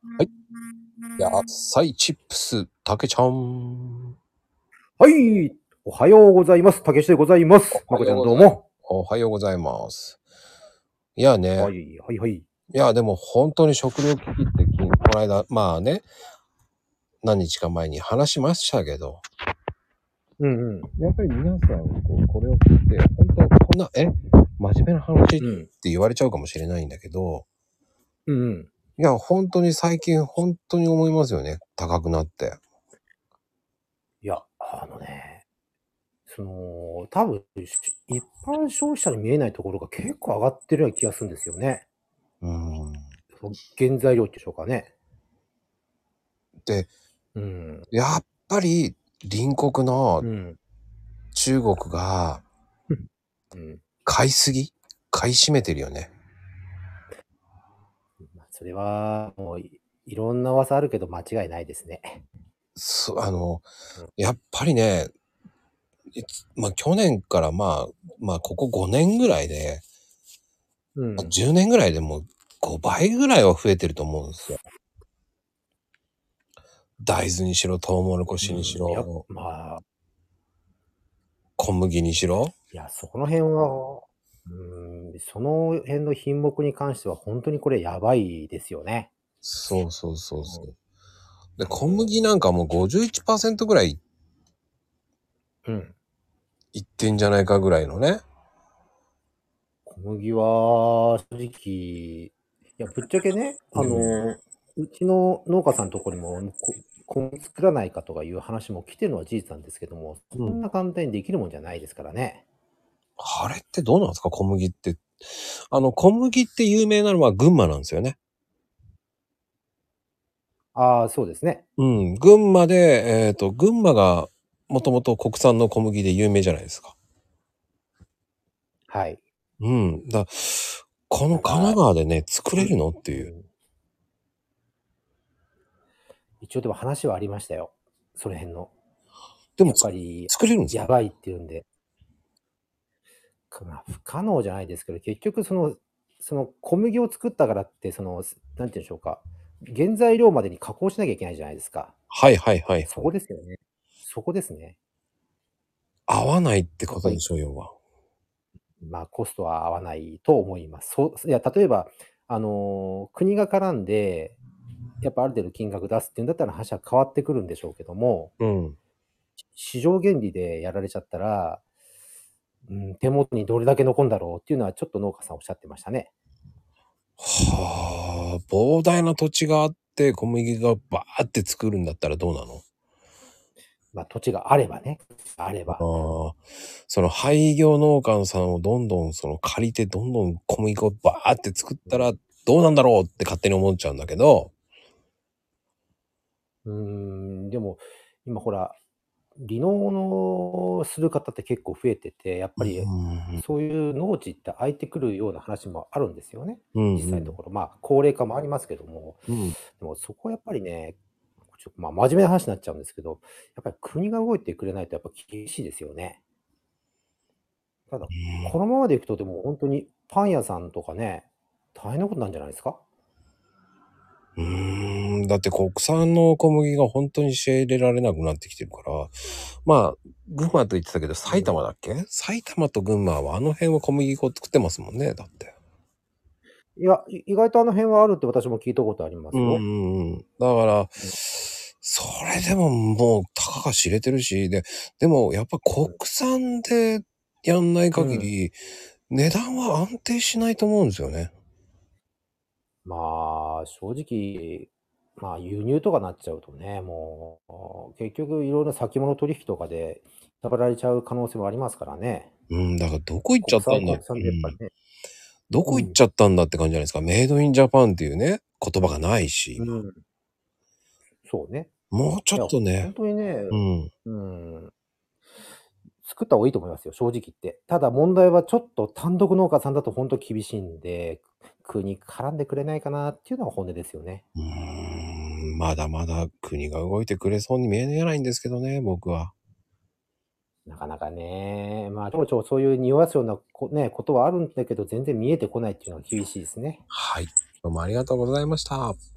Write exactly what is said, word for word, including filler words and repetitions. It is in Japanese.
はい。野菜チップス、たけちゃん。 はい。おはようございます。たけしでございます。 おはまこちゃんようございます。 どうも。 おはようございます。いやね。 はい、はい、はい。 いや、でも本当に食料危機ってき、この間、まあね、何日か前に話しましたけど、 うんうん。 やっぱり皆さん、こう、これを聞いて、本当こんな、え、真面目な話っうん。 て言われちゃうかもしれないんだけど、 うんうん。 いや、本当に最近、本当に思いますよね。高くなって。 いや、あのね、その、多分、し一般消費者に見えないところが結構上がってるような気がするんですよね。 うーん。 その原材料っていうんでしょうかね。 で、 うん。 やっぱり隣国のうん。 中国がうん。 買いすぎ買い占めてるよね。 まあ、それは、もうい、いろんな噂あるけど間違いないですね。 そあの、 うん。 やっぱりね、いつまあ、去年からまあ、まあ、ここごねんぐらいで、まあ、 うん。 じゅうねんぐらいでもうごばいぐらいは増えてると思うんですよ。大豆にしろ、トウモロコシにしうん。やっろ、 まあ、 小麦にしろ。 いや、そこの辺は、うーん、その辺の品目に関しては本当にこれやばいですよね。 そうそうそううん。 そう。で、小麦なんかもうごじゅういちパーセントぐらいうん。 いってんじゃないかぐらいのね。 小麦は、正直、いや、ぶっちゃけね、あうん。 の、うちの農家さんのところにも、こ小麦作らないかとかいう話も来てるのは事実なんですけども、 うん。 そんな簡単にできるもんじゃないですからね。 あれってどうなんですか小麦って。あの、小麦って有名なのは群馬なんですよね。 ああ、そうですね。 うん。群馬で、えっと、群馬がもともと国産の小麦で有名じゃないですか。 はい。 うん。だ、この神奈ただ、 川でね、作れいるのっていう。 うん、一応でも話はありましたよ。その辺の。やっでもつぱり、 作れるんですか？ やばいっていうんで。かまあ、不可能じゃないですけど、結局その、その小麦を作ったからって、その、なんて言うんでしょうか、原材料までに加工しなきゃいけないじゃないですか。 はいはいはいそはい。 こですよね。そこですね。 合わないってやっぱり、 ことでしょう、要は。 まあ、コストは合わないと思います。そう、いや、例えば、あの、国が絡んで、やっぱある程度金額出すっていうんだったら話は変わってくるんでしょうけども、 うん。 市場原理でやられちゃったら、うん、手元にどれだけ残るんだろうっていうのはちょっと農家さんおっしゃってましたね。 はあ、膨大な土地があって小麦がバーって作るんだったらどうなの？ まあ、土地があればね、あれあば。 あ、その廃業農家さんをどんどんその借りてどんどん小麦粉をバーって作ったらどうなんだろうって勝手に思っちゃうんだけど。 うーん、でも、今ほら、離農のする方って結構増えてて、やっうぱりんそういう農地って空いてくるような話もあるんですよね。 うんうん。 実際のところ。まあ、高齢化もありますけども、 うん。 でもそこはやっぱりね、ちょまあ、真面目な話になっちゃうんですけど、やっぱり国が動いてくれないとやっぱ厳しいですよね。ただ、このままでいくとでも本当にパン屋さんとかね、大変なことなんじゃないですか？ うーん、だって国産の小麦が本当に仕入れられなくなってきてるから、まあ、群馬と言ってたけど埼うん。 玉だっけ？埼玉と群馬はあの辺は小麦粉作ってますもんね、だって。 いや、い意外とあの辺はあるって私も聞いたことありまうんすよ。 うんうん。だから、 うん、 それでももうたかが知れてるし、で、でもやっぱ国産でやんないうん。うん。 限り、値段は安定しないと思うんですよね。 まあ、正直、まあ、輸入とかなっちゃうとね、もう、結局いろいろ先物取引とかで食べられちゃう可能性もありますからね。 うん、だからどこ行っちゃ国ったんだ。う産は国産でやっぱりん。 ね。 どこ行っうん。 ちゃったんだって感じじゃないですか。メイドインジャパンっていうね、言葉がないし、今。 うん。そうね。 もうちょっいや、 とね、 本当にね、 うん。 うん、作った方がいいと思いますよ、正直言って。ただ問題はちょっと単独農家さんだと本当厳しいんで、国絡んでくれないかなっていうのが本音ですよね。 うーん、まだまだ国が動いてくれそうに見えないんですけどね、僕は。 なかなかね、まあ、ちょこちょこそういう匂わすようなこね、ことはあるんだけど、全然見えてこないっていうのが厳しいですね。 はい。どうもありがとうございました。